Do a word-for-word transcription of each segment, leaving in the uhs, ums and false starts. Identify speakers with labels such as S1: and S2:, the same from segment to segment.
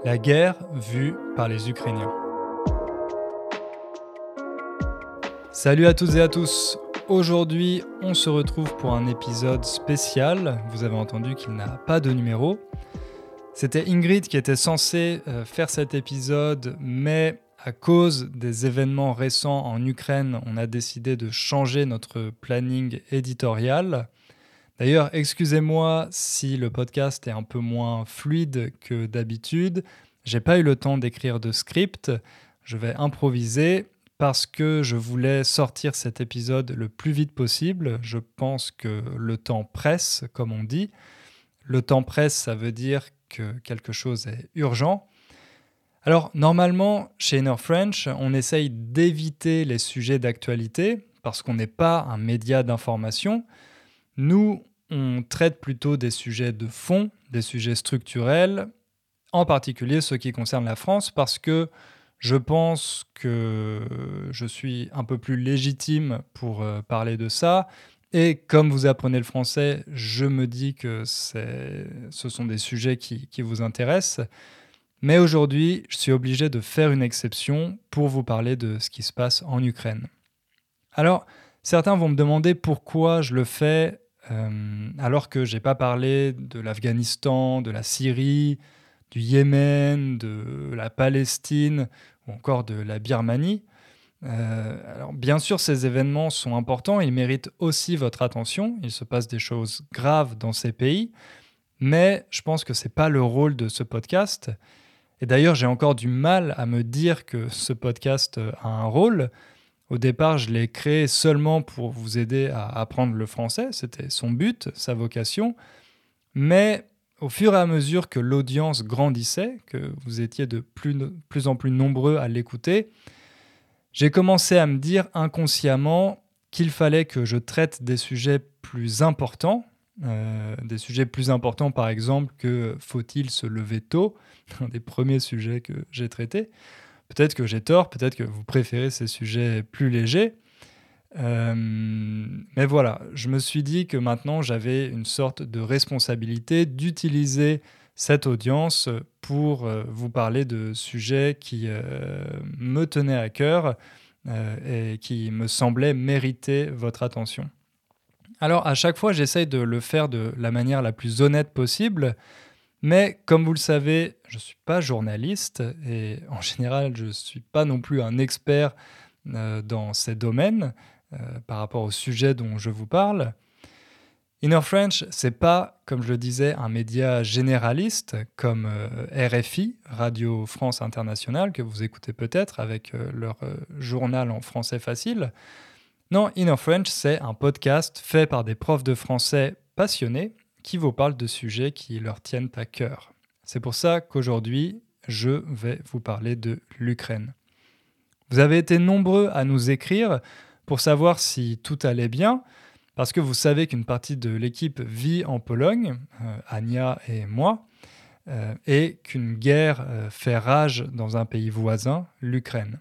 S1: La guerre vue par les Ukrainiens. Salut à toutes et à tous. Aujourd'hui, on se retrouve pour un épisode spécial. Vous avez entendu qu'il n'a pas de numéro. C'était Ingrid qui était censée euh, faire cet épisode, mais à cause des événements récents en Ukraine, on a décidé de changer notre planning éditorial. D'ailleurs, excusez-moi si le podcast est un peu moins fluide que d'habitude. J'ai pas eu le temps d'écrire de script. Je vais improviser parce que je voulais sortir cet épisode le plus vite possible. Je pense que le temps presse, comme on dit. Le temps presse, ça veut dire que quelque chose est urgent. Alors, normalement, chez Inner French, on essaye d'éviter les sujets d'actualité parce qu'on n'est pas un média d'information. Nous, on traite plutôt des sujets de fond, des sujets structurels, en particulier ceux qui concernent la France, parce que je pense que je suis un peu plus légitime pour euh, parler de ça. Et comme vous apprenez le français, je me dis que c'est, ce sont des sujets qui, qui vous intéressent. Mais aujourd'hui, je suis obligé de faire une exception pour vous parler de ce qui se passe en Ukraine. Alors, certains vont me demander pourquoi je le fais euh, alors que je n'ai pas parlé de l'Afghanistan, de la Syrie, du Yémen, de la Palestine ou encore de la Birmanie. Euh, alors, bien sûr, ces événements sont importants, ils méritent aussi votre attention. Il se passe des choses graves dans ces pays, mais je pense que ce n'est pas le rôle de ce podcast. Et d'ailleurs, j'ai encore du mal à me dire que ce podcast a un rôle. Au départ, je l'ai créé seulement pour vous aider à apprendre le français. C'était son but, sa vocation. Mais au fur et à mesure que l'audience grandissait, que vous étiez de plus, plus en plus nombreux à l'écouter, j'ai commencé à me dire inconsciemment qu'il fallait que je traite des sujets plus importants. Euh, des sujets plus importants, par exemple, que faut-il se lever tôt, un des premiers sujets que j'ai traités. Peut-être que j'ai tort, peut-être que vous préférez ces sujets plus légers. Euh, mais voilà, je me suis dit que maintenant j'avais une sorte de responsabilité d'utiliser cette audience pour euh, vous parler de sujets qui euh, me tenaient à cœur euh, et qui me semblaient mériter votre attention. Alors à chaque fois, j'essaye de le faire de la manière la plus honnête possible. Mais comme vous le savez, je ne suis pas journaliste et en général, je ne suis pas non plus un expert euh, dans ces domaines euh, par rapport au sujet dont je vous parle. Inner French, ce n'est pas, comme je le disais, un média généraliste comme euh, R F I, Radio France Internationale, que vous écoutez peut-être avec euh, leur euh, journal en français facile. Non, Inner French, c'est un podcast fait par des profs de français passionnés qui vous parle de sujets qui leur tiennent à cœur. C'est pour ça qu'aujourd'hui, je vais vous parler de l'Ukraine. Vous avez été nombreux à nous écrire pour savoir si tout allait bien, parce que vous savez qu'une partie de l'équipe vit en Pologne, euh, Ania et moi, euh, et qu'une guerre euh, fait rage dans un pays voisin, l'Ukraine.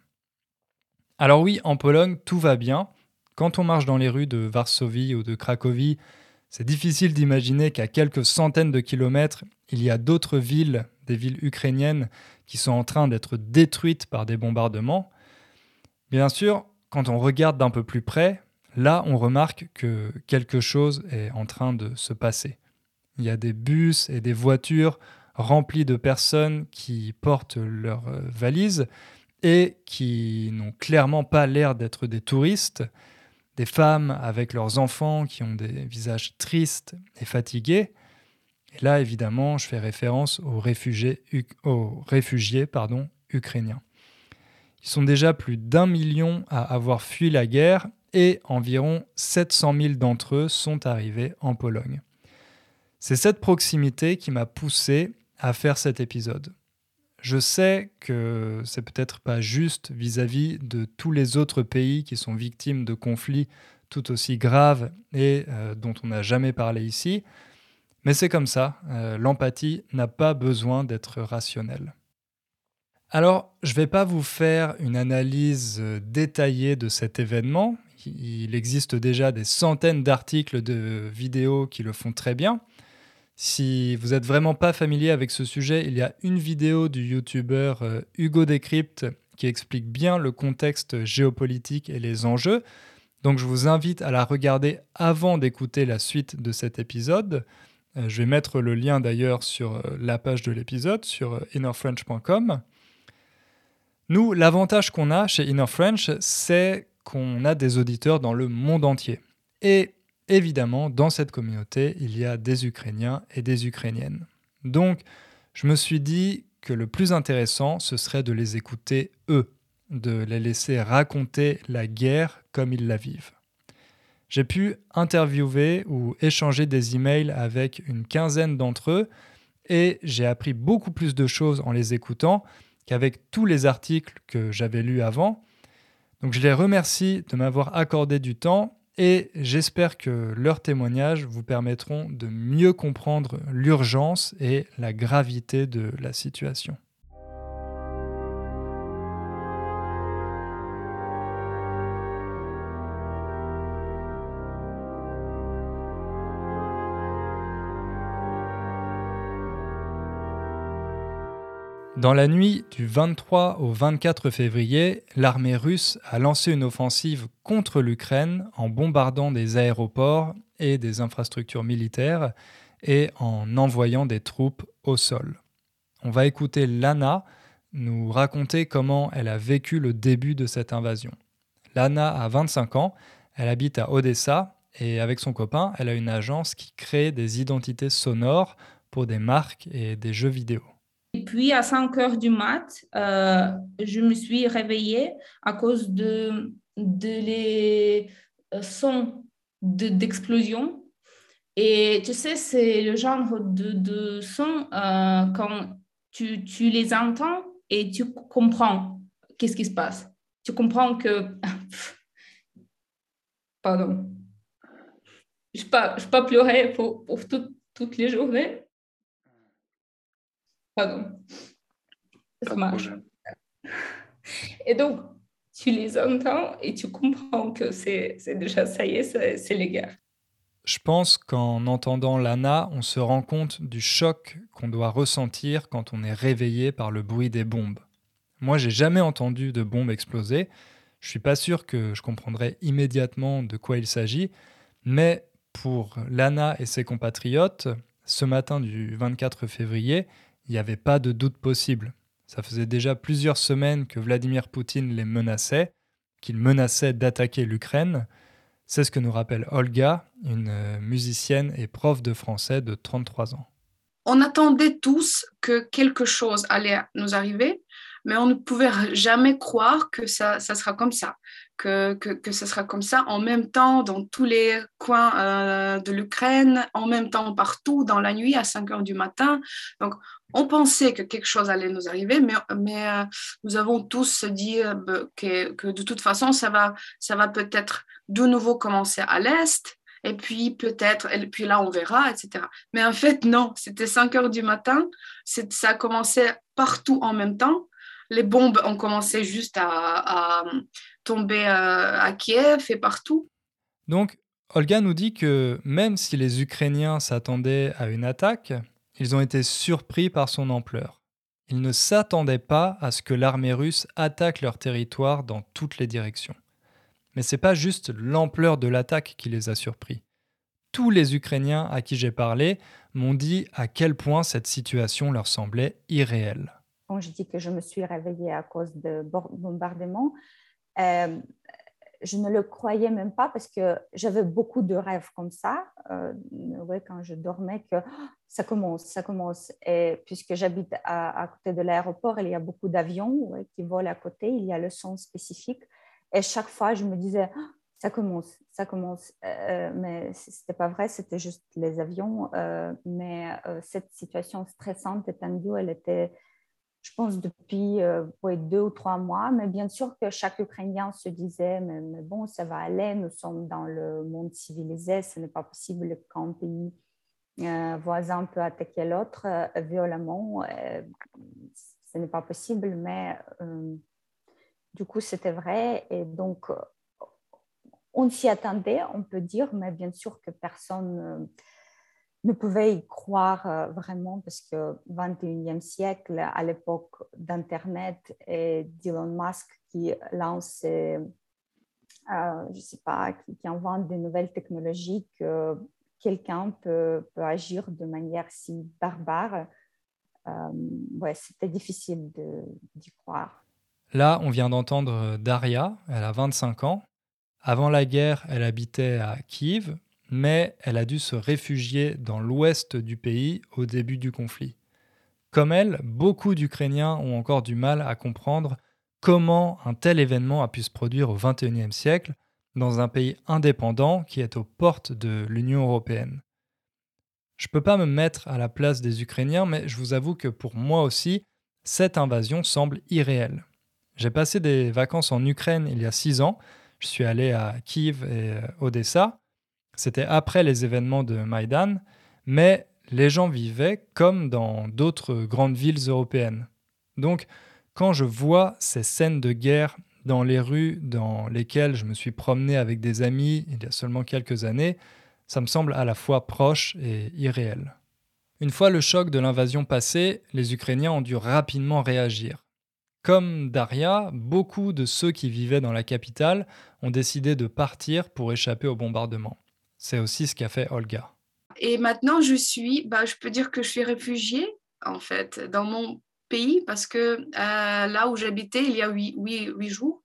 S1: Alors oui, en Pologne, tout va bien. Quand on marche dans les rues de Varsovie ou de Cracovie, c'est difficile d'imaginer qu'à quelques centaines de kilomètres, il y a d'autres villes, des villes ukrainiennes, qui sont en train d'être détruites par des bombardements. Bien sûr, quand on regarde d'un peu plus près, là, on remarque que quelque chose est en train de se passer. Il y a des bus et des voitures remplis de personnes qui portent leurs valises et qui n'ont clairement pas l'air d'être des touristes. Des femmes avec leurs enfants qui ont des visages tristes et fatigués. Et là, évidemment, je fais référence aux réfugiés, aux réfugiés pardon, ukrainiens. Ils sont déjà plus d'un million à avoir fui la guerre et environ sept cent mille d'entre eux sont arrivés en Pologne. C'est cette proximité qui m'a poussé à faire cet épisode. Je sais que c'est peut-être pas juste vis-à-vis de tous les autres pays qui sont victimes de conflits tout aussi graves et euh, dont on n'a jamais parlé ici, mais c'est comme ça, euh, l'empathie n'a pas besoin d'être rationnelle. Alors, je ne vais pas vous faire une analyse détaillée de cet événement, il existe déjà des centaines d'articles de vidéos qui le font très bien. Si vous n'êtes vraiment pas familier avec ce sujet, il y a une vidéo du youtubeur euh, Hugo Décrypte qui explique bien le contexte géopolitique et les enjeux. Donc je vous invite à la regarder avant d'écouter la suite de cet épisode. Euh, je vais mettre le lien d'ailleurs sur euh, la page de l'épisode, sur euh, inner french point com. Nous, l'avantage qu'on a chez Inner French, c'est qu'on a des auditeurs dans le monde entier. Et évidemment, dans cette communauté, il y a des Ukrainiens et des Ukrainiennes. Donc, je me suis dit que le plus intéressant, ce serait de les écouter eux, de les laisser raconter la guerre comme ils la vivent. J'ai pu interviewer ou échanger des emails avec une quinzaine d'entre eux et j'ai appris beaucoup plus de choses en les écoutant qu'avec tous les articles que j'avais lus avant. Donc je les remercie de m'avoir accordé du temps et j'espère que leurs témoignages vous permettront de mieux comprendre l'urgence et la gravité de la situation. Dans la nuit du vingt-trois au vingt-quatre février, l'armée russe a lancé une offensive contre l'Ukraine en bombardant des aéroports et des infrastructures militaires et en envoyant des troupes au sol. On va écouter Lana nous raconter comment elle a vécu le début de cette invasion. Lana a vingt-cinq ans, elle habite à Odessa et avec son copain, elle a une agence qui crée des identités sonores pour des marques et des jeux vidéo.
S2: Et puis, à cinq heures du mat, euh, je me suis réveillée à cause de, de les sons de, d'explosion. Et tu sais, c'est le genre de, de son euh, quand tu, tu les entends et tu comprends qu'est-ce qui se passe. Tu comprends que... Pardon. Je ne vais pas, je vais pas pleurer pour, pour tout, toutes les journées. Pardon. Ça marche. Et donc, tu les entends et tu comprends que c'est, c'est déjà, ça y est, c'est, c'est les guerres.
S1: Je pense qu'en entendant Lana, on se rend compte du choc qu'on doit ressentir quand on est réveillé par le bruit des bombes. Moi, j'ai jamais entendu de bombes exploser. Je suis pas sûr que je comprendrais immédiatement de quoi il s'agit, mais pour Lana et ses compatriotes, ce matin du vingt-quatre février, il n'y avait pas de doute possible. Ça faisait déjà plusieurs semaines que Vladimir Poutine les menaçait, qu'il menaçait d'attaquer l'Ukraine. C'est ce que nous rappelle Olga, une musicienne et prof de français de trente-trois ans.
S3: On attendait tous que quelque chose allait nous arriver, mais on ne pouvait jamais croire que ça, ça sera comme ça, que, que, que ça sera comme ça en même temps dans tous les coins euh, de l'Ukraine, en même temps partout, dans la nuit à cinq heures du matin. Donc, on pensait que quelque chose allait nous arriver, mais, mais euh, nous avons tous dit euh, que, que de toute façon, ça va, ça va peut-être de nouveau commencer à l'Est. Et puis peut-être, et puis là on verra, et cetera. Mais en fait, non, c'était cinq heures du matin, c'est, ça a commencé partout en même temps. Les bombes ont commencé juste à, à tomber euh, à Kiev et partout.
S1: Donc, Olga nous dit que même si les Ukrainiens s'attendaient à une attaque, ils ont été surpris par son ampleur. Ils ne s'attendaient pas à ce que l'armée russe attaque leur territoire dans toutes les directions. Mais c'est pas juste l'ampleur de l'attaque qui les a surpris. Tous les Ukrainiens à qui j'ai parlé m'ont dit à quel point cette situation leur semblait irréelle.
S4: Quand je dis que je me suis réveillée à cause de bombardements, euh, je ne le croyais même pas parce que j'avais beaucoup de rêves comme ça. Euh, ouais, quand je dormais, que oh, ça commence, ça commence. Et puisque j'habite à, à côté de l'aéroport, il y a beaucoup d'avions ouais, qui volent à côté, il y a le son spécifique. Et chaque fois, je me disais, oh, ça commence, ça commence. Euh, mais ce n'était pas vrai, c'était juste les avions. Euh, mais euh, cette situation stressante et tendue, elle était, je pense, depuis euh, ouais, deux ou trois mois. Mais bien sûr que chaque Ukrainien se disait, mais, mais bon, ça va aller, nous sommes dans le monde civilisé, ce n'est pas possible qu'un pays euh, voisin peut attaquer l'autre euh, violemment. Euh, ce n'est pas possible, mais euh, du coup, c'était vrai. Et donc, on s'y attendait, on peut dire, mais bien sûr que personne ne pouvaient y croire euh, vraiment parce que vingt et unième siècle, à l'époque d'Internet et d'Elon Musk qui lance, euh, je ne sais pas, qui, qui invente des nouvelles technologies, que quelqu'un peut, peut agir de manière si barbare. Euh, ouais, c'était difficile de, d'y croire.
S1: Là, on vient d'entendre Daria, elle a vingt-cinq ans. Avant la guerre, elle habitait à Kiev, mais elle a dû se réfugier dans l'ouest du pays au début du conflit. Comme elle, beaucoup d'Ukrainiens ont encore du mal à comprendre comment un tel événement a pu se produire au vingt et unième siècle dans un pays indépendant qui est aux portes de l'Union européenne. Je ne peux pas me mettre à la place des Ukrainiens, mais je vous avoue que pour moi aussi, cette invasion semble irréelle. J'ai passé des vacances en Ukraine il y a six ans. Je suis allé à Kiev et Odessa. C'était après les événements de Maïdan, mais les gens vivaient comme dans d'autres grandes villes européennes. Donc, quand je vois ces scènes de guerre dans les rues dans lesquelles je me suis promené avec des amis il y a seulement quelques années, ça me semble à la fois proche et irréel. Une fois le choc de l'invasion passé, les Ukrainiens ont dû rapidement réagir. Comme Daria, beaucoup de ceux qui vivaient dans la capitale ont décidé de partir pour échapper au bombardement. C'est aussi ce qu'a fait Olga.
S3: Et maintenant, je suis, bah, je peux dire que je suis réfugiée, en fait, dans mon pays, parce que euh, là où j'habitais, il y a huit, huit, huit jours,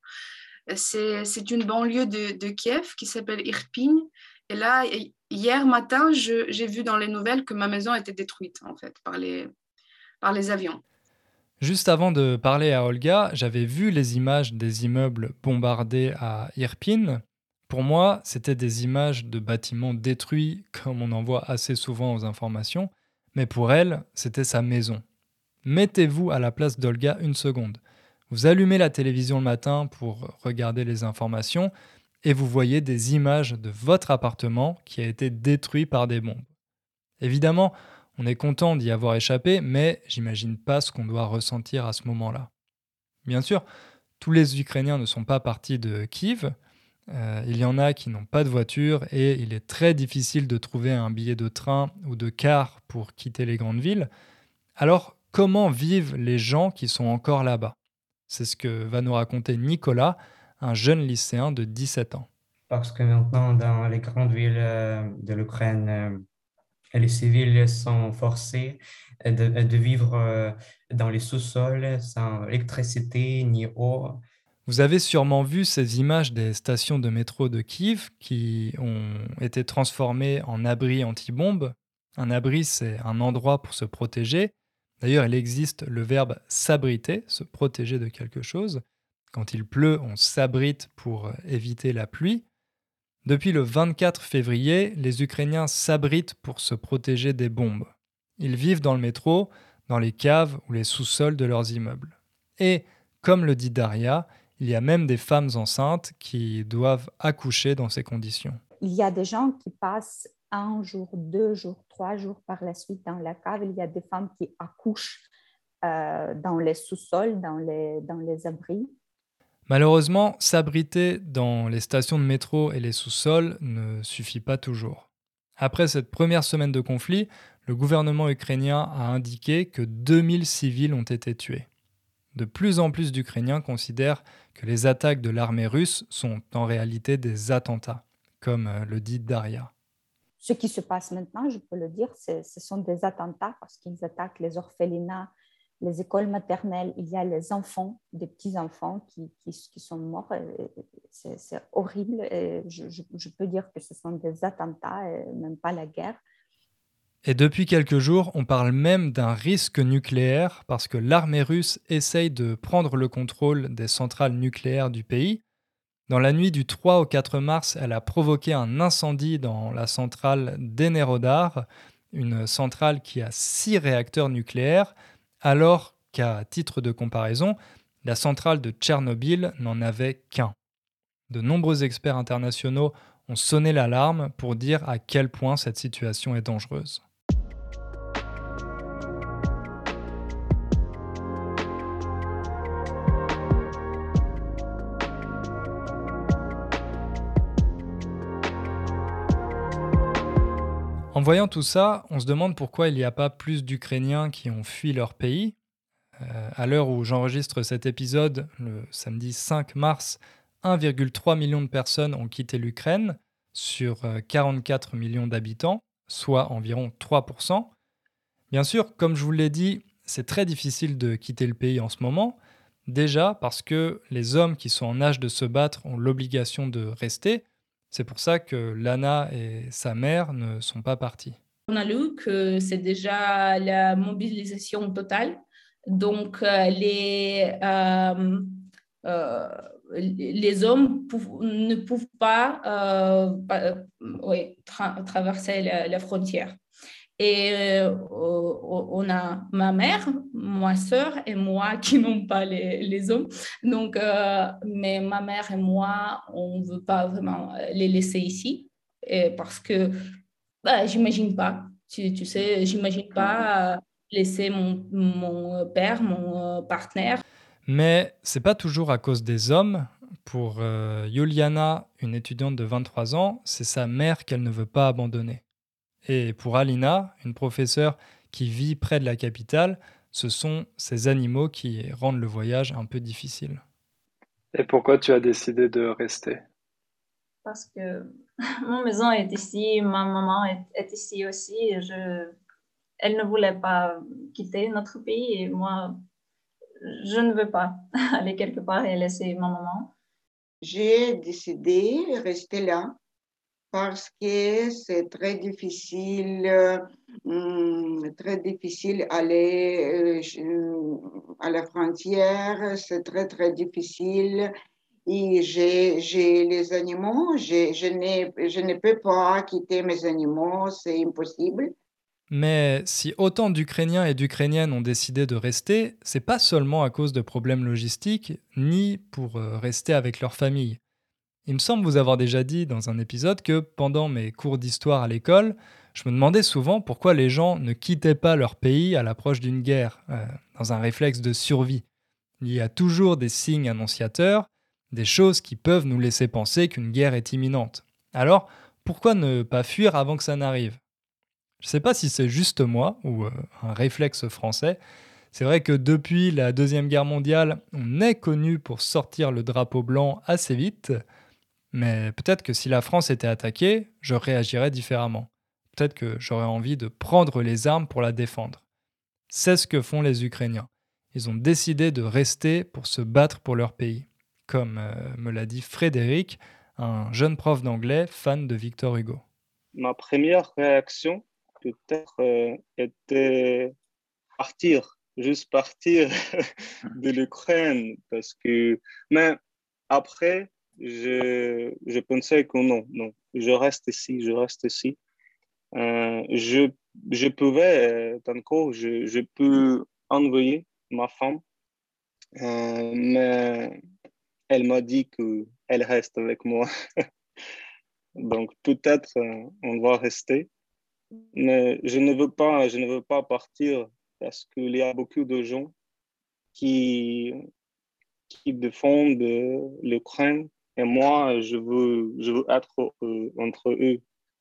S3: c'est, c'est une banlieue de, de Kiev qui s'appelle Irpin. Et là, hier matin, je, j'ai vu dans les nouvelles que ma maison était détruite, en fait, par les, par les avions.
S1: Juste avant de parler à Olga, j'avais vu les images des immeubles bombardés à Irpin. Pour moi, c'était des images de bâtiments détruits, comme on en voit assez souvent aux informations, mais pour elle, c'était sa maison. Mettez-vous à la place d'Olga une seconde. Vous allumez la télévision le matin pour regarder les informations et vous voyez des images de votre appartement qui a été détruit par des bombes. Évidemment, on est content d'y avoir échappé, mais j'imagine pas ce qu'on doit ressentir à ce moment-là. Bien sûr, tous les Ukrainiens ne sont pas partis de Kiev. Euh, il y en a qui n'ont pas de voiture et il est très difficile de trouver un billet de train ou de car pour quitter les grandes villes. Alors, comment vivent les gens qui sont encore là-bas ? C'est ce que va nous raconter Nicolas, un jeune lycéen de dix-sept ans.
S5: Parce que maintenant, dans les grandes villes de l'Ukraine, les civils sont forcés de, de vivre dans les sous-sols sans électricité ni eau.
S1: Vous avez sûrement vu ces images des stations de métro de Kiev qui ont été transformées en abris anti-bombes. Un abri, c'est un endroit pour se protéger. D'ailleurs, il existe le verbe s'abriter, se protéger de quelque chose. Quand il pleut, on s'abrite pour éviter la pluie. Depuis le vingt-quatre février, les Ukrainiens s'abritent pour se protéger des bombes. Ils vivent dans le métro, dans les caves ou les sous-sols de leurs immeubles. Et, comme le dit Daria, il y a même des femmes enceintes qui doivent accoucher dans ces conditions.
S4: Il y a des gens qui passent un jour, deux jours, trois jours par la suite dans la cave. Il y a des femmes qui accouchent euh, dans les sous-sols, dans les, dans les abris.
S1: Malheureusement, s'abriter dans les stations de métro et les sous-sols ne suffit pas toujours. Après cette première semaine de conflit, le gouvernement ukrainien a indiqué que deux mille civils ont été tués. De plus en plus d'Ukrainiens considèrent que les attaques de l'armée russe sont en réalité des attentats, comme le dit Daria.
S4: Ce qui se passe maintenant, je peux le dire, c'est, ce sont des attentats parce qu'ils attaquent les orphelinats, les écoles maternelles. Il y a les enfants, des petits-enfants qui, qui, qui sont morts. C'est, c'est horrible. Et je, je, je peux dire que ce sont des attentats, et même pas la guerre.
S1: Et depuis quelques jours, on parle même d'un risque nucléaire parce que l'armée russe essaye de prendre le contrôle des centrales nucléaires du pays. Dans la nuit du trois au quatre mars, elle a provoqué un incendie dans la centrale d'Enerodar, une centrale qui a six réacteurs nucléaires, alors qu'à titre de comparaison, la centrale de Tchernobyl n'en avait qu'un. De nombreux experts internationaux ont sonné l'alarme pour dire à quel point cette situation est dangereuse. En voyant tout ça, on se demande pourquoi il n'y a pas plus d'Ukrainiens qui ont fui leur pays. Euh, à l'heure où j'enregistre cet épisode, le samedi cinq mars, un virgule trois million de personnes ont quitté l'Ukraine sur euh, quarante-quatre millions d'habitants, soit environ trois pour cent. Bien sûr, comme je vous l'ai dit, c'est très difficile de quitter le pays en ce moment. Déjà parce que les hommes qui sont en âge de se battre ont l'obligation de rester. C'est pour ça que Lana et sa mère ne sont pas partis.
S2: On a lu que c'est déjà la mobilisation totale. Donc, euh, les, euh, euh, les hommes pou- ne peuvent pas euh, pa- oui, tra- traverser la, la frontière. Et euh, on a ma mère, ma soeur et moi qui n'ont pas les, les hommes. Donc, euh, mais ma mère et moi, on ne veut pas vraiment les laisser ici et parce que bah, j'imagine pas. Tu, tu sais, j'imagine pas euh, laisser mon, mon père, mon euh, partenaire.
S1: Mais c'est pas toujours à cause des hommes. Pour euh, Yuliana, une étudiante de vingt-trois ans, c'est sa mère qu'elle ne veut pas abandonner. Et pour Alina, une professeure qui vit près de la capitale, ce sont ces animaux qui rendent le voyage un peu difficile.
S6: Et pourquoi tu as décidé de rester?
S7: Parce que mon maison est ici, ma maman est, est ici aussi. Et je, elle ne voulait pas quitter notre pays et moi, je ne veux pas aller quelque part et laisser ma maman.
S8: J'ai décidé de rester là parce que c'est très difficile, euh, très difficile aller euh, à la frontière, c'est très très difficile. Et j'ai, j'ai les animaux, j'ai, je, n'ai, je ne peux pas quitter mes animaux, c'est impossible.
S1: Mais si autant d'Ukrainiens et d'Ukrainiennes ont décidé de rester, c'est pas seulement à cause de problèmes logistiques, ni pour euh, rester avec leur famille. Il me semble vous avoir déjà dit dans un épisode que pendant mes cours d'histoire à l'école, je me demandais souvent pourquoi les gens ne quittaient pas leur pays à l'approche d'une guerre, euh, dans un réflexe de survie. Il y a toujours des signes annonciateurs, des choses qui peuvent nous laisser penser qu'une guerre est imminente. Alors, pourquoi ne pas fuir avant que ça n'arrive ? Je ne sais pas si c'est juste moi ou euh, un réflexe français. C'est vrai que depuis la Deuxième Guerre mondiale, on est connu pour sortir le drapeau blanc assez vite, mais peut-être que si la France était attaquée, je réagirais différemment. Peut-être que j'aurais envie de prendre les armes pour la défendre. C'est ce que font les Ukrainiens. Ils ont décidé de rester pour se battre pour leur pays. Comme euh, me l'a dit Frédéric, un jeune prof d'anglais fan de Victor Hugo.
S9: Ma première réaction, peut-être, euh, était partir, juste partir de l'Ukraine. Parce que... Mais après, je, je pensais que non, non, je reste ici, je reste ici. Euh, je, je pouvais, euh, encore, je, je peux envoyer ma femme, euh, mais elle m'a dit qu'elle reste avec moi. Donc peut-être euh, on va rester, mais je ne veux pas, je ne veux pas partir parce qu'il y a beaucoup de gens qui, qui défendent euh, l'Ukraine et moi je veux, je veux être euh, entre eux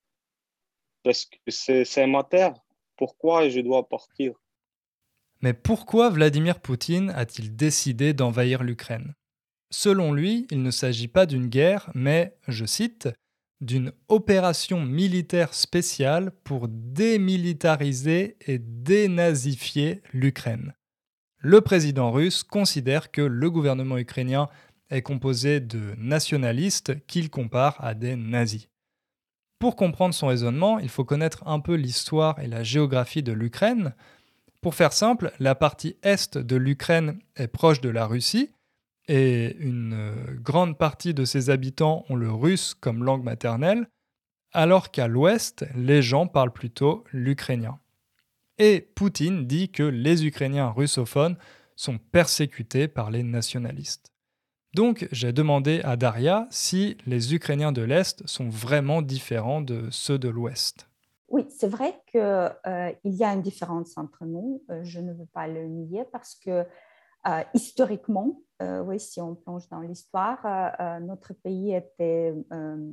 S9: parce que c'est, c'est ma terre. Pourquoi je dois partir?
S1: Mais pourquoi Vladimir Poutine a-t-il décidé d'envahir l'Ukraine ? Selon lui, il ne s'agit pas d'une guerre, mais, je cite, d'une opération militaire spéciale pour démilitariser et dénazifier l'Ukraine. Le président russe considère que le gouvernement ukrainien est composé de nationalistes qu'il compare à des nazis. Pour comprendre son raisonnement, il faut connaître un peu l'histoire et la géographie de l'Ukraine. Pour faire simple, la partie est de l'Ukraine est proche de la Russie, et une grande partie de ses habitants ont le russe comme langue maternelle, alors qu'à l'ouest, les gens parlent plutôt l'ukrainien. Et Poutine dit que les Ukrainiens russophones sont persécutés par les nationalistes. Donc j'ai demandé à Daria si les Ukrainiens de l'Est sont vraiment différents de ceux de l'Ouest.
S4: Oui, c'est vrai qu'il euh, y a une différence entre nous, euh, je ne veux pas le nier parce que Euh, historiquement, euh, oui, si on plonge dans l'histoire, euh, euh, notre pays était euh,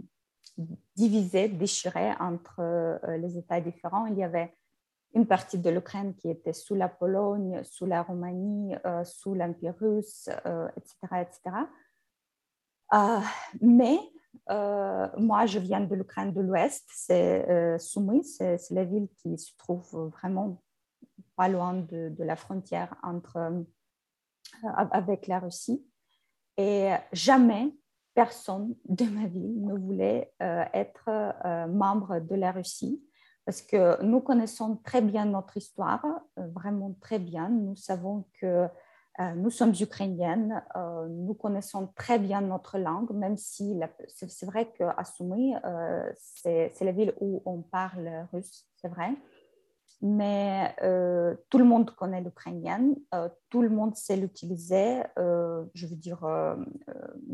S4: divisée, déchirée entre euh, les États différents. Il y avait une partie de l'Ukraine qui était sous la Pologne, sous la Roumanie, euh, sous l'Empire russe, euh, et cetera, et cetera. Euh, mais euh, moi, je viens de l'Ukraine de l'Ouest, c'est euh, Sumy, c'est, c'est la ville qui se trouve vraiment pas loin de, de la frontière entre, euh, avec la Russie. Et jamais personne de ma ville ne voulait euh, être euh, membre de la Russie parce que nous connaissons très bien notre histoire, euh, vraiment très bien. Nous savons que euh, nous sommes ukrainiennes, euh, nous connaissons très bien notre langue, même si la, c'est, c'est vrai qu'à Sumy, euh, c'est, c'est la ville où on parle russe, c'est vrai. Mais euh, tout le monde connaît l'ukrainienne, euh, tout le monde sait l'utiliser. Euh, je veux dire, euh, euh,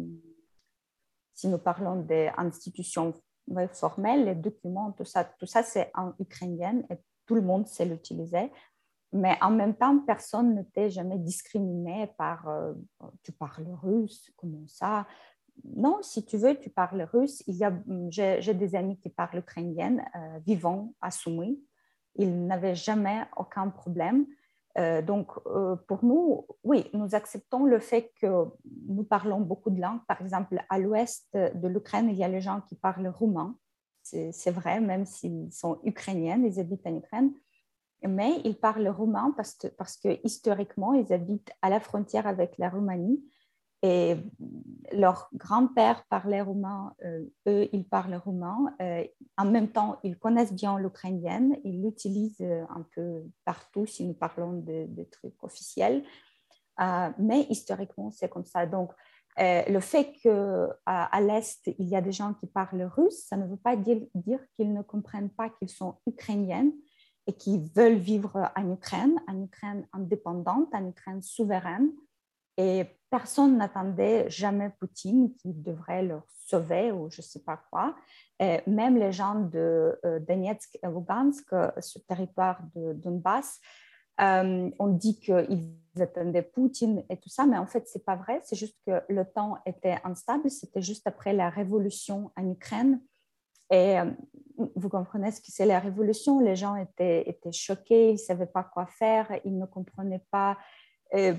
S4: si nous parlons des institutions ouais, formelles, les documents, tout ça, tout ça c'est en ukrainienne et tout le monde sait l'utiliser. Mais en même temps, personne n'était jamais discriminé par euh, tu parles russe, comment ça? Non, si tu veux, tu parles russe. Il y a, j'ai, j'ai des amis qui parlent ukrainienne, euh, vivant à Sumy. Ils n'avaient jamais aucun problème. Euh, donc, euh, pour nous, oui, nous acceptons le fait que nous parlons beaucoup de langues. Par exemple, à l'ouest de l'Ukraine, il y a les gens qui parlent roumain. C'est, c'est vrai, même s'ils sont ukrainiens, ils habitent en Ukraine. Mais ils parlent roumain parce que, parce que historiquement, ils habitent à la frontière avec la Roumanie. Et leur grand-père parlait roumain, euh, eux, ils parlent roumain. Euh, en même temps, ils connaissent bien l'ukrainienne, ils l'utilisent un peu partout si nous parlons de, de trucs officiels. Euh, mais historiquement, c'est comme ça. Donc, euh, le fait qu'à à l'Est, il y a des gens qui parlent russe, ça ne veut pas dire, dire qu'ils ne comprennent pas qu'ils sont ukrainiennes et qu'ils veulent vivre en Ukraine, en Ukraine indépendante, en Ukraine souveraine. Et personne n'attendait jamais Poutine qui devrait leur sauver ou je ne sais pas quoi. Et même les gens de euh, Donetsk et Lugansk, ce territoire de Donbass, euh, on dit qu'ils attendaient Poutine et tout ça, mais en fait, ce n'est pas vrai. C'est juste que le temps était instable. C'était juste après la révolution en Ukraine. Et euh, vous comprenez ce que c'est la révolution. Les gens étaient, étaient choqués, ils ne savaient pas quoi faire, ils ne comprenaient pas euh,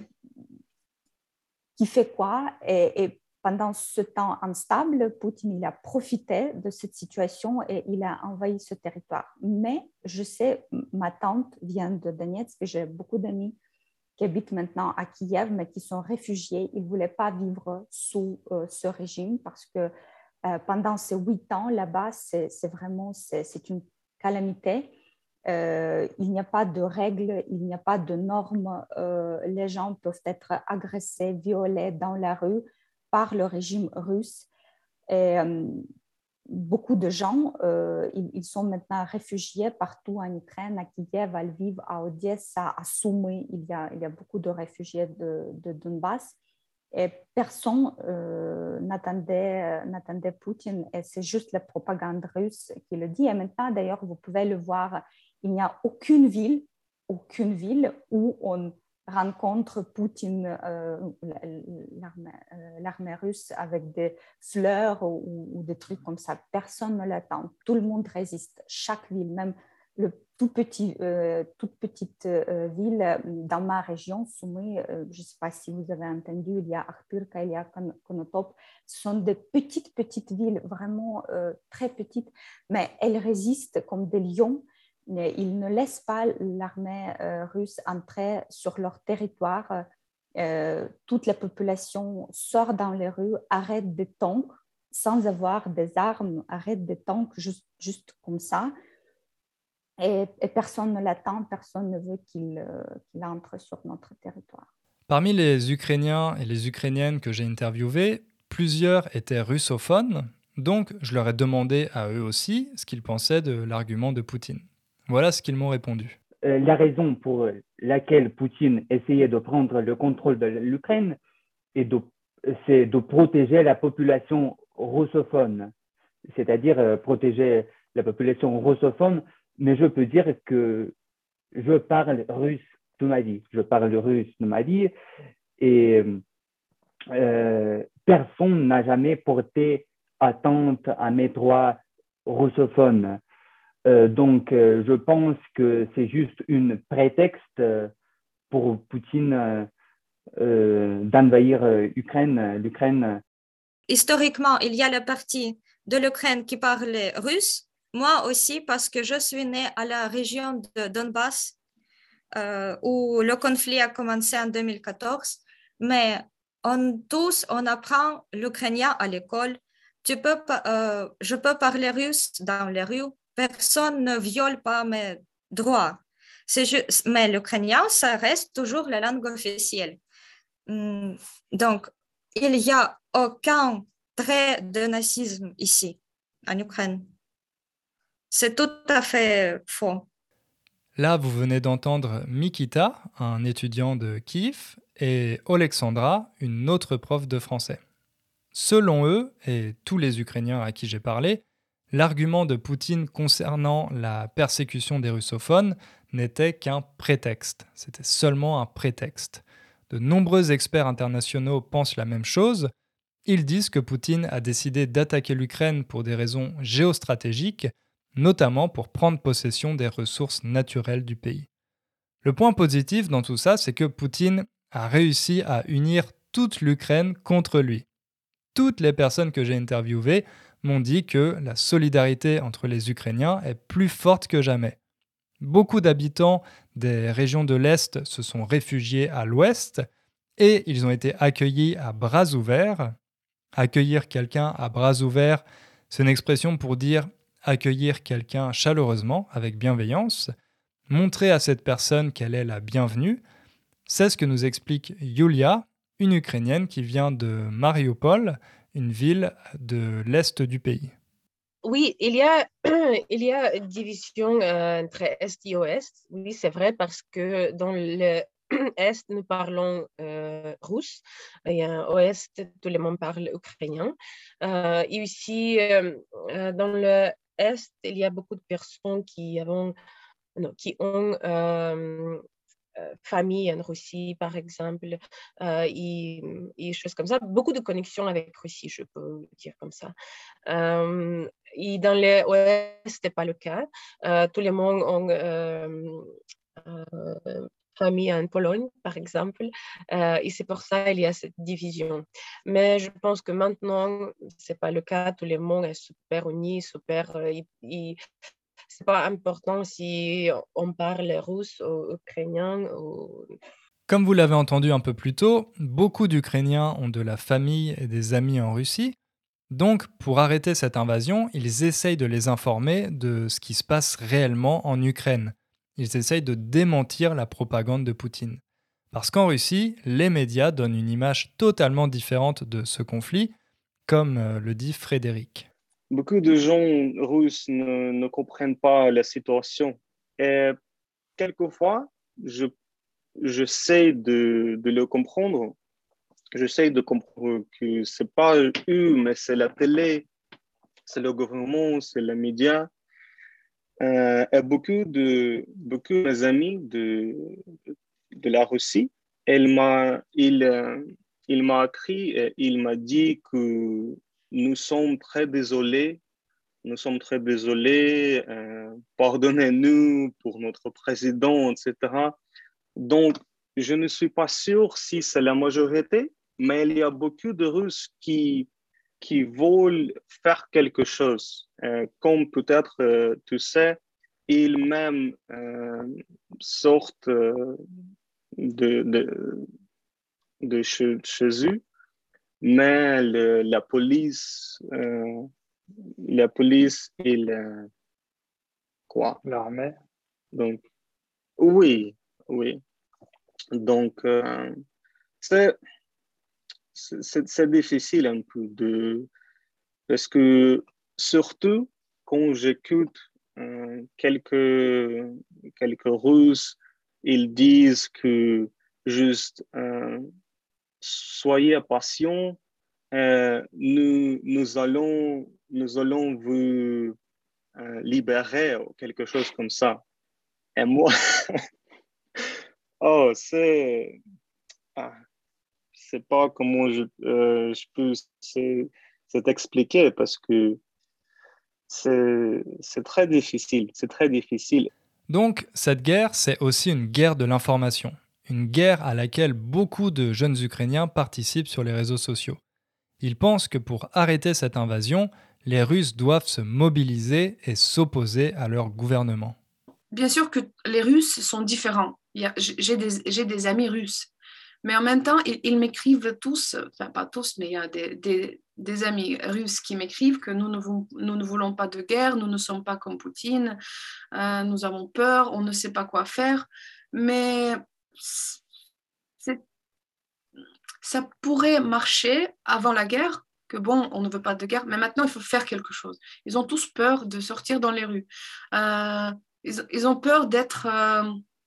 S4: qui fait quoi. Et, et pendant ce temps instable, Poutine il a profité de cette situation et il a envahi ce territoire. Mais je sais, ma tante vient de Donetsk, j'ai beaucoup d'amis qui habitent maintenant à Kiev, mais qui sont réfugiés. Ils ne voulaient pas vivre sous euh, ce régime parce que euh, pendant ces huit ans, là-bas, c'est, c'est vraiment c'est, c'est une calamité. Euh, il n'y a pas de règles, il n'y a pas de normes. Euh, les gens peuvent être agressés, violés dans la rue par le régime russe. Et, euh, beaucoup de gens, euh, ils, ils sont maintenant réfugiés partout en Ukraine, à Kiev, à Lviv, à Odessa, à Sumy. Il y a, il y a beaucoup de réfugiés de, de Donbass. Et personne euh, n'attendait, n'attendait Poutine. Et c'est juste la propagande russe qui le dit. Et maintenant, d'ailleurs, vous pouvez le voir, il n'y a aucune ville, aucune ville où on rencontre Poutine, euh, l'armée, euh, l'armée russe avec des fleurs ou, ou des trucs comme ça. Personne ne l'attend. Tout le monde résiste. Chaque ville, même le tout petit, euh, toute petite euh, ville dans ma région, Sumy, euh, je ne sais pas si vous avez entendu, il y a Akhturka, il y a Konotop. Ce sont des petites, petites villes, vraiment euh, très petites, mais elles résistent comme des lions. Ils ne laissent pas l'armée euh, russe entrer sur leur territoire. Euh, toute la population sort dans les rues, arrête des tanks sans avoir des armes, arrête des tanks juste, juste comme ça. Et, et personne ne l'attend, personne ne veut qu'il, euh, qu'il entre sur notre territoire.
S1: Parmi les Ukrainiens et les Ukrainiennes que j'ai interviewés, plusieurs étaient russophones, donc je leur ai demandé à eux aussi ce qu'ils pensaient de l'argument de Poutine. Voilà ce qu'ils m'ont répondu.
S10: Euh, la raison pour laquelle Poutine essayait de prendre le contrôle de l'Ukraine est de, c'est de protéger la population russophone, c'est-à-dire euh, protéger la population russophone. Mais je peux dire que je parle russe de ma vie. Je parle russe de ma vie et euh, personne n'a jamais porté atteinte à mes droits russophones. Euh, donc, euh, je pense que c'est juste une prétexte pour Poutine euh, euh, d'envahir euh, Ukraine, l'Ukraine.
S11: Historiquement, il y a la partie de l'Ukraine qui parlait russe. Moi aussi, parce que je suis née à la région de Donbass, euh, où le conflit a commencé en deux mille quatorze. Mais on, tous, on apprend l'ukrainien à l'école. Tu peux, euh, je peux parler russe dans les rues. Personne ne viole pas mes droits. C'est juste, mais l'ukrainien, ça reste toujours la langue officielle. Donc, il n'y a aucun trait de nazisme ici, en Ukraine. C'est tout à fait faux.
S1: Là, vous venez d'entendre Mikita, un étudiant de Kiev, et Alexandra, une autre prof de français. Selon eux, et tous les Ukrainiens à qui j'ai parlé, l'argument de Poutine concernant la persécution des russophones n'était qu'un prétexte. C'était seulement un prétexte. De nombreux experts internationaux pensent la même chose. Ils disent que Poutine a décidé d'attaquer l'Ukraine pour des raisons géostratégiques, notamment pour prendre possession des ressources naturelles du pays. Le point positif dans tout ça, c'est que Poutine a réussi à unir toute l'Ukraine contre lui. Toutes les personnes que j'ai interviewées m'ont dit que la solidarité entre les Ukrainiens est plus forte que jamais. Beaucoup d'habitants des régions de l'Est se sont réfugiés à l'Ouest et ils ont été accueillis à bras ouverts. Accueillir quelqu'un à bras ouverts, c'est une expression pour dire accueillir quelqu'un chaleureusement, avec bienveillance, montrer à cette personne qu'elle est la bienvenue. C'est ce que nous explique Yulia, une Ukrainienne qui vient de Mariupol, une ville de l'Est du pays.
S12: Oui, il y a, il y a une division euh, entre Est et Ouest. Oui, c'est vrai, parce que dans le Est, nous parlons euh, russe, et en Ouest, tout le monde parle ukrainien. Euh, et aussi, euh, dans le Est, il y a beaucoup de personnes qui, avons, non, qui ont euh, famille en Russie, par exemple, euh, et, et choses comme ça. Beaucoup de connexions avec Russie, je peux dire comme ça. Euh, et dans l'Ouest, ce n'est pas le cas. Euh, tout le monde ont euh, euh, famille en Pologne, par exemple, euh, et c'est pour ça qu'il y a cette division. Mais je pense que maintenant, ce n'est pas le cas. Tout le monde est super uni, super... Euh, et, et, c'est pas important si on parle russe ou ukrainien. Ou...
S1: Comme vous l'avez entendu un peu plus tôt, beaucoup d'Ukrainiens ont de la famille et des amis en Russie. Donc, pour arrêter cette invasion, ils essayent de les informer de ce qui se passe réellement en Ukraine. Ils essayent de démentir la propagande de Poutine. Parce qu'en Russie, les médias donnent une image totalement différente de ce conflit, comme le dit Frédéric.
S9: Beaucoup de gens russes ne, ne comprennent pas la situation. Et quelquefois, je, j'essaie de, de le comprendre. J'essaie de comprendre que ce n'est pas eux, mais c'est la télé, c'est le gouvernement, c'est les médias. Euh, et beaucoup de, beaucoup de mes amis de, de la Russie, elle m'a, il, il m'a écrit et il m'a dit que nous sommes très désolés, nous sommes très désolés, euh, pardonnez-nous pour notre président, et cetera. Donc, je ne suis pas sûr si c'est la majorité, mais il y a beaucoup de Russes qui, qui veulent faire quelque chose. Euh, comme peut-être, euh, tu sais, ils même euh, sortent euh, de, de, de chez, chez eux, mais le, la police... Euh, la police et la... quoi?
S6: L'armée.
S9: Donc, oui, oui. Donc, euh, c'est, c'est, c'est difficile un peu de... Parce que, surtout, quand j'écoute euh, quelques, quelques Russes, ils disent que juste euh, soyez patients, euh, nous, nous allons nous allons vous euh, libérer ou quelque chose comme ça. Et moi, oh, c'est, ah, c'est pas comment je, euh, je peux, c'est, c'est expliqué parce que c'est, c'est très difficile. C'est très difficile.
S1: Donc, cette guerre, c'est aussi une guerre de l'information. Une guerre à laquelle beaucoup de jeunes Ukrainiens participent sur les réseaux sociaux. Ils pensent que pour arrêter cette invasion, les Russes doivent se mobiliser et s'opposer à leur gouvernement.
S3: Bien sûr que les Russes sont différents. Il y a, j'ai, des, j'ai des amis russes. Mais en même temps, ils, ils m'écrivent tous, enfin pas tous, mais il y a des, des, des amis russes qui m'écrivent que nous ne, nous ne voulons pas de guerre, nous ne sommes pas comme Poutine, euh, nous avons peur, on ne sait pas quoi faire. Mais c'est, ça pourrait marcher avant la guerre, que bon, on ne veut pas de guerre, mais maintenant il faut faire quelque chose. Ils ont tous peur de sortir dans les rues. Euh, ils, ils ont peur d'être euh,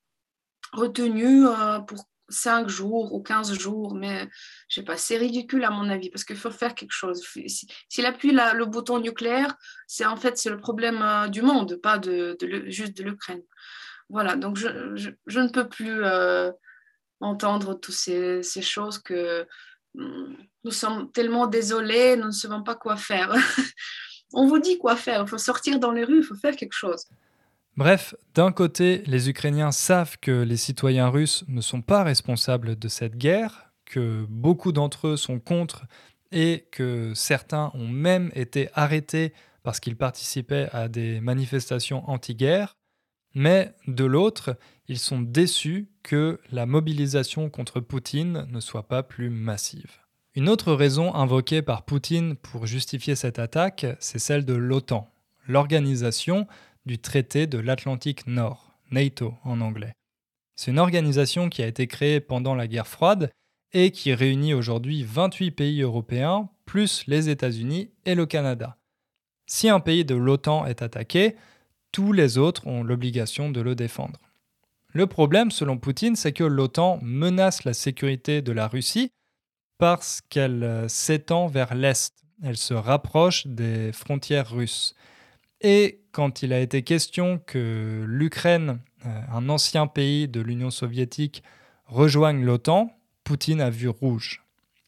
S3: retenus euh, pour cinq jours ou quinze jours, mais je sais pas, c'est ridicule à mon avis, parce qu'il faut faire quelque chose. S'il appuie la, le bouton nucléaire, c'est en fait c'est le problème euh, du monde, pas de, de, de, juste de l'Ukraine. Voilà, donc je, je, je ne peux plus euh, entendre toutes ces, ces choses que hum, nous sommes tellement désolés, nous ne savons pas quoi faire. On vous dit quoi faire, il faut sortir dans les rues, il faut faire quelque chose.
S1: Bref, d'un côté, les Ukrainiens savent que les citoyens russes ne sont pas responsables de cette guerre, que beaucoup d'entre eux sont contre et que certains ont même été arrêtés parce qu'ils participaient à des manifestations anti-guerre. Mais de l'autre, ils sont déçus que la mobilisation contre Poutine ne soit pas plus massive. Une autre raison invoquée par Poutine pour justifier cette attaque, c'est celle de l'OTAN, l'organisation du traité de l'Atlantique Nord, NATO en anglais. C'est une organisation qui a été créée pendant la guerre froide et qui réunit aujourd'hui vingt-huit pays européens, plus les États-Unis et le Canada. Si un pays de l'OTAN est attaqué, tous les autres ont l'obligation de le défendre. Le problème, selon Poutine, c'est que l'OTAN menace la sécurité de la Russie parce qu'elle s'étend vers l'Est. Elle se rapproche des frontières russes. Et quand il a été question que l'Ukraine, un ancien pays de l'Union soviétique, rejoigne l'OTAN, Poutine a vu rouge.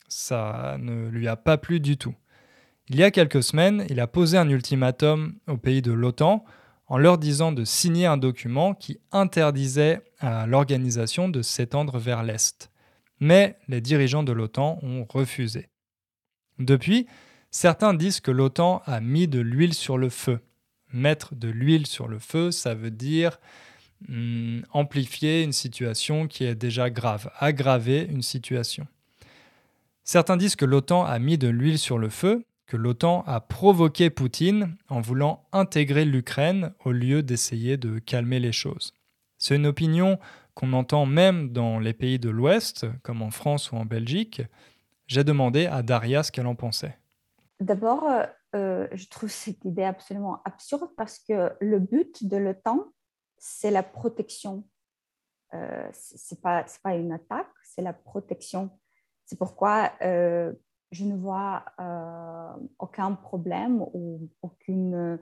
S1: Ça ne lui a pas plu du tout. Il y a quelques semaines, il a posé un ultimatum aux pays de l'OTAN en leur disant de signer un document qui interdisait à l'organisation de s'étendre vers l'Est. Mais les dirigeants de l'OTAN ont refusé. Depuis, certains disent que l'OTAN a mis de l'huile sur le feu. Mettre de l'huile sur le feu, ça veut dire hum, amplifier une situation qui est déjà grave, aggraver une situation. Certains disent que l'OTAN a mis de l'huile sur le feu, que l'OTAN a provoqué Poutine en voulant intégrer l'Ukraine au lieu d'essayer de calmer les choses. C'est une opinion qu'on entend même dans les pays de l'Ouest, comme en France ou en Belgique. J'ai demandé à Daria ce qu'elle en pensait.
S4: D'abord, euh, je trouve cette idée absolument absurde parce que le but de l'OTAN, c'est la protection. Euh, ce n'est pas, c'est pas une attaque, c'est la protection. C'est pourquoi euh, je ne vois euh, aucun problème ou aucune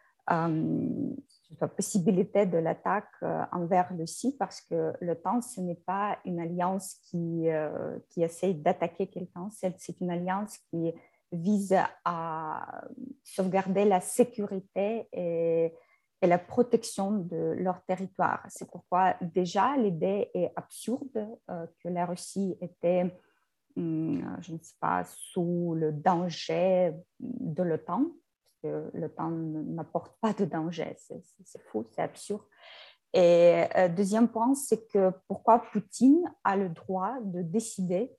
S4: euh, possibilité de l'attaque euh, envers Russie parce que l'OTAN, ce n'est pas une alliance qui, euh, qui essaie d'attaquer quelqu'un, c'est, c'est une alliance qui vise à sauvegarder la sécurité et, et la protection de leur territoire. C'est pourquoi déjà l'idée est absurde euh, que la Russie était, hum, je ne sais pas, sous le danger de l'OTAN, parce que l'OTAN n'apporte pas de danger, c'est, c'est, c'est fou, c'est absurde. Et euh, deuxième point, c'est que pourquoi Poutine a le droit de décider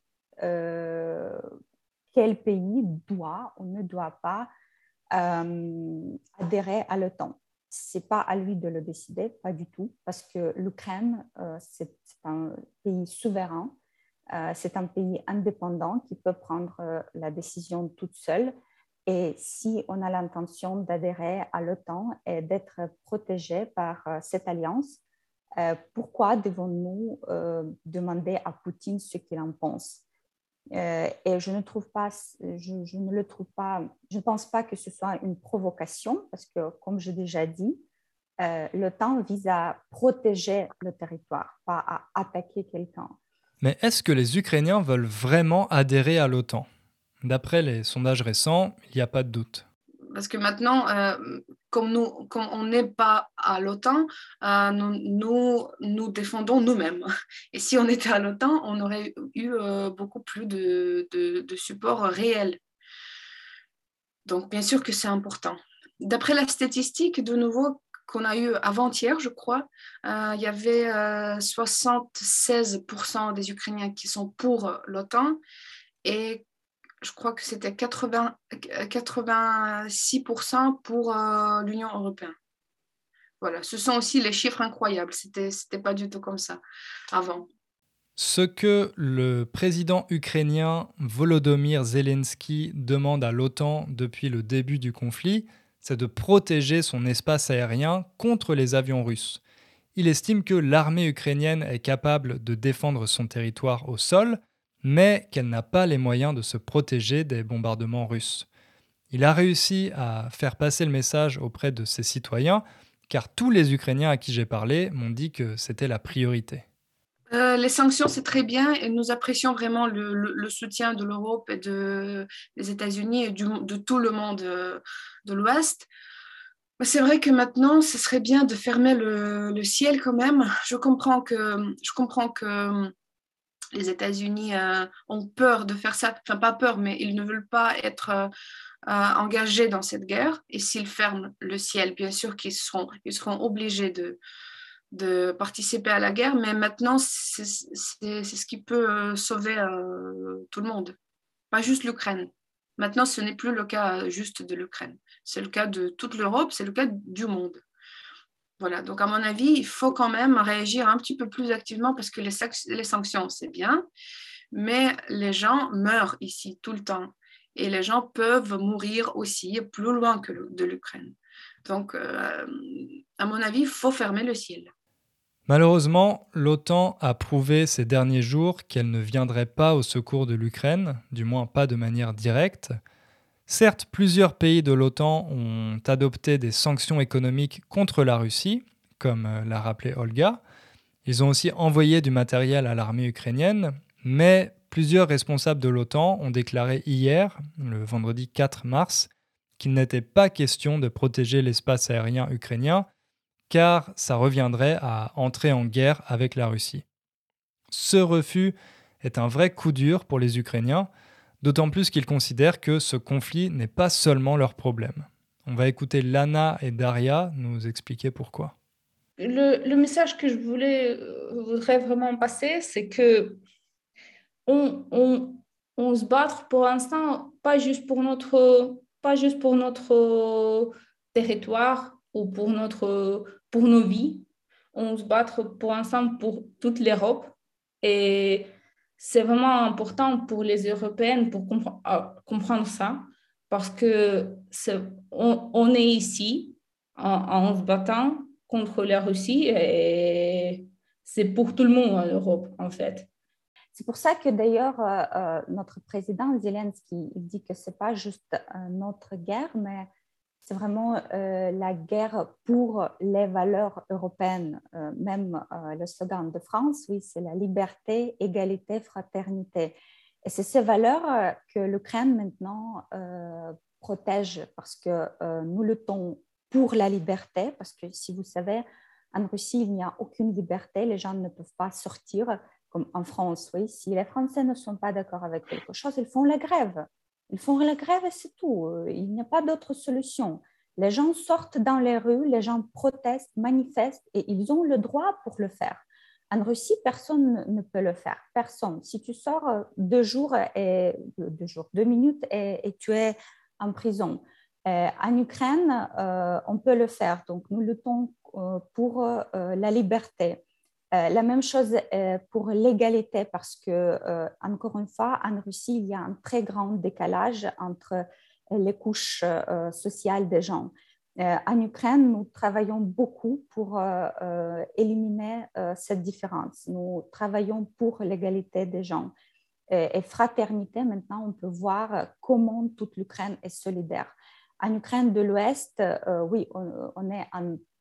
S4: euh, quel pays doit ou ne doit pas euh, adhérer à l'OTAN. Ce n'est pas à lui de le décider, pas du tout, parce que l'Ukraine, euh, c'est, c'est un pays souverain, euh, c'est un pays indépendant qui peut prendre euh, la décision toute seule. Et si on a l'intention d'adhérer à l'OTAN et d'être protégé par euh, cette alliance, euh, pourquoi devons-nous euh, demander à Poutine ce qu'il en pense ? Euh, et je ne trouve pas, je, je ne le trouve pas, je ne pense pas que ce soit une provocation parce que, comme j'ai déjà dit, euh, l'OTAN vise à protéger le territoire, pas à attaquer quelqu'un.
S1: Mais est-ce que les Ukrainiens veulent vraiment adhérer à l'OTAN ? D'après les sondages récents, il n'y a pas de doute.
S3: Parce que maintenant, euh, comme, nous, comme on n'est pas à l'OTAN, euh, nous, nous nous défendons nous-mêmes. Et si on était à l'OTAN, on aurait eu euh, beaucoup plus de, de, de support réel. Donc, bien sûr que c'est important. D'après la statistique, de nouveau, qu'on a eu avant-hier, je crois, euh, il y avait euh, soixante-seize pour cent des Ukrainiens qui sont pour l'OTAN et je crois que c'était quatre-vingts, quatre-vingt-six pour cent pour euh, l'Union européenne. Voilà, ce sont aussi les chiffres incroyables. C'était, c'était pas du tout comme ça avant.
S1: Ce que le président ukrainien Volodymyr Zelensky demande à l'OTAN depuis le début du conflit, c'est de protéger son espace aérien contre les avions russes. Il estime que l'armée ukrainienne est capable de défendre son territoire au sol, mais qu'elle n'a pas les moyens de se protéger des bombardements russes. Il a réussi à faire passer le message auprès de ses citoyens, car tous les Ukrainiens à qui j'ai parlé m'ont dit que c'était la priorité.
S3: Euh, les sanctions, c'est très bien et nous apprécions vraiment le, le, le soutien de l'Europe et de, des États-Unis et du, de tout le monde de l'Ouest. Mais c'est vrai que maintenant, ce serait bien de fermer le, le ciel quand même. Je comprends que, je comprends que les États-Unis euh, ont peur de faire ça, enfin pas peur, mais ils ne veulent pas être euh, euh, engagés dans cette guerre. Et s'ils ferment le ciel, bien sûr qu'ils seront, ils seront obligés de, de participer à la guerre, mais maintenant, c'est, c'est, c'est ce qui peut sauver euh, tout le monde, pas juste l'Ukraine. Maintenant, ce n'est plus le cas juste de l'Ukraine, c'est le cas de toute l'Europe, c'est le cas du monde. Voilà, donc à mon avis, il faut quand même réagir un petit peu plus activement parce que les, les sanctions, c'est bien, mais les gens meurent ici tout le temps et les gens peuvent mourir aussi plus loin que de l'Ukraine. Donc, euh, à mon avis, il faut fermer le ciel.
S1: Malheureusement, l'OTAN a prouvé ces derniers jours qu'elle ne viendrait pas au secours de l'Ukraine, du moins pas de manière directe. Certes, plusieurs pays de l'OTAN ont adopté des sanctions économiques contre la Russie, comme l'a rappelé Olga. Ils ont aussi envoyé du matériel à l'armée ukrainienne, mais plusieurs responsables de l'OTAN ont déclaré hier, le vendredi quatre mars, qu'il n'était pas question de protéger l'espace aérien ukrainien, car ça reviendrait à entrer en guerre avec la Russie. Ce refus est un vrai coup dur pour les Ukrainiens, d'autant plus qu'ils considèrent que ce conflit n'est pas seulement leur problème. On va écouter Lana et Daria nous expliquer pourquoi.
S2: Le, le message que je voulais, euh, voudrais vraiment passer, c'est que on, on, on se bat pour l'instant, pas juste pour notre, pas juste pour notre territoire ou pour, notre, pour nos vies, on se bat pour l'instant pour toute l'Europe. Et c'est vraiment important pour les Européennes pour compre- comprendre ça, parce que c'est, on, on est ici en, en se battant contre la Russie et c'est pour tout le monde en Europe, en fait.
S4: C'est pour ça que d'ailleurs, euh, euh, notre président Zelensky, il dit que ce n'est pas juste euh, notre guerre, mais c'est vraiment euh, la guerre pour les valeurs européennes. Euh, même euh, le slogan de France, oui, c'est la liberté, égalité, fraternité. Et c'est ces valeurs euh, que l'Ukraine maintenant euh, protège parce que euh, nous luttons pour la liberté, parce que si vous savez, en Russie, il n'y a aucune liberté, les gens ne peuvent pas sortir, comme en France, oui. Si les Français ne sont pas d'accord avec quelque chose, ils font la grève. Ils font la grève et c'est tout. Il n'y a pas d'autre solution. Les gens sortent dans les rues, les gens protestent, manifestent et ils ont le droit pour le faire. En Russie, personne ne peut le faire. Personne. Si tu sors deux jours, et, deux, jours, deux minutes et, et tu es en prison. Euh, en Ukraine, euh, on peut le faire. Donc, nous luttons euh, pour euh, la liberté. Euh, la même chose euh, pour l'égalité parce que, euh, encore une fois, en Russie, il y a un très grand décalage entre les couches euh, sociales des gens. Euh, en Ukraine, nous travaillons beaucoup pour euh, euh, éliminer euh, cette différence. Nous travaillons pour l'égalité des gens. Et, et fraternité, maintenant, on peut voir comment toute l'Ukraine est solidaire. En Ukraine de l'Ouest, euh, oui, on, on est en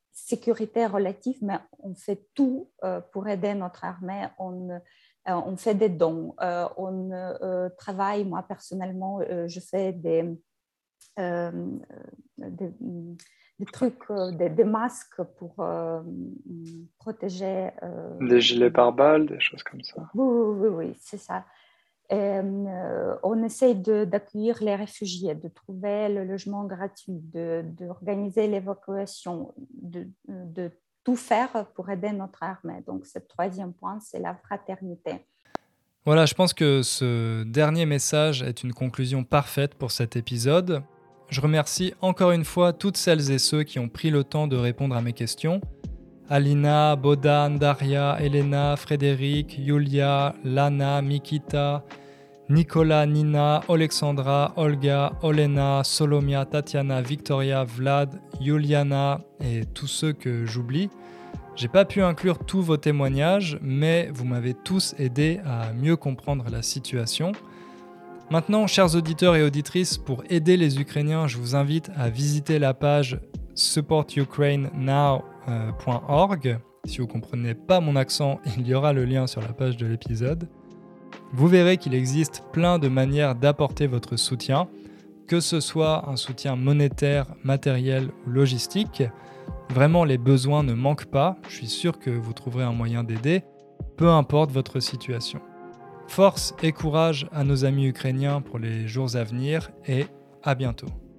S4: sécurité relative, mais on fait tout euh, pour aider notre armée. On, euh, on fait des dons, euh, on euh, travaille, moi personnellement, euh, je fais des, euh, des, des trucs, euh, des, des masques pour euh, protéger. Euh,
S6: Des gilets pare-balles, des choses comme ça.
S4: Oui, oui, oui, oui, c'est ça. Et, euh, on essaie de, d'accueillir les réfugiés, de trouver le logement gratuit, de, d'organiser l'évacuation, de, de tout faire pour aider notre armée. Donc, ce troisième point, c'est la fraternité.
S1: Voilà, je pense que ce dernier message est une conclusion parfaite pour cet épisode. Je remercie encore une fois toutes celles et ceux qui ont pris le temps de répondre à mes questions. Alina, Bodan, Daria, Elena, Frédéric, Yulia, Lana, Mikita, Nicolas, Nina, Alexandra, Olga, Olena, Solomia, Tatiana, Victoria, Vlad, Juliana et tous ceux que j'oublie. J'ai pas pu inclure tous vos témoignages, mais vous m'avez tous aidé à mieux comprendre la situation. Maintenant, chers auditeurs et auditrices, pour aider les Ukrainiens, je vous invite à visiter la page support ukraine now point org. Si vous ne comprenez pas mon accent, il y aura le lien sur la page de l'épisode. Vous verrez qu'il existe plein de manières d'apporter votre soutien, que ce soit un soutien monétaire, matériel ou logistique. Vraiment, les besoins ne manquent pas. Je suis sûr que vous trouverez un moyen d'aider, peu importe votre situation. Force et courage à nos amis ukrainiens pour les jours à venir et à bientôt.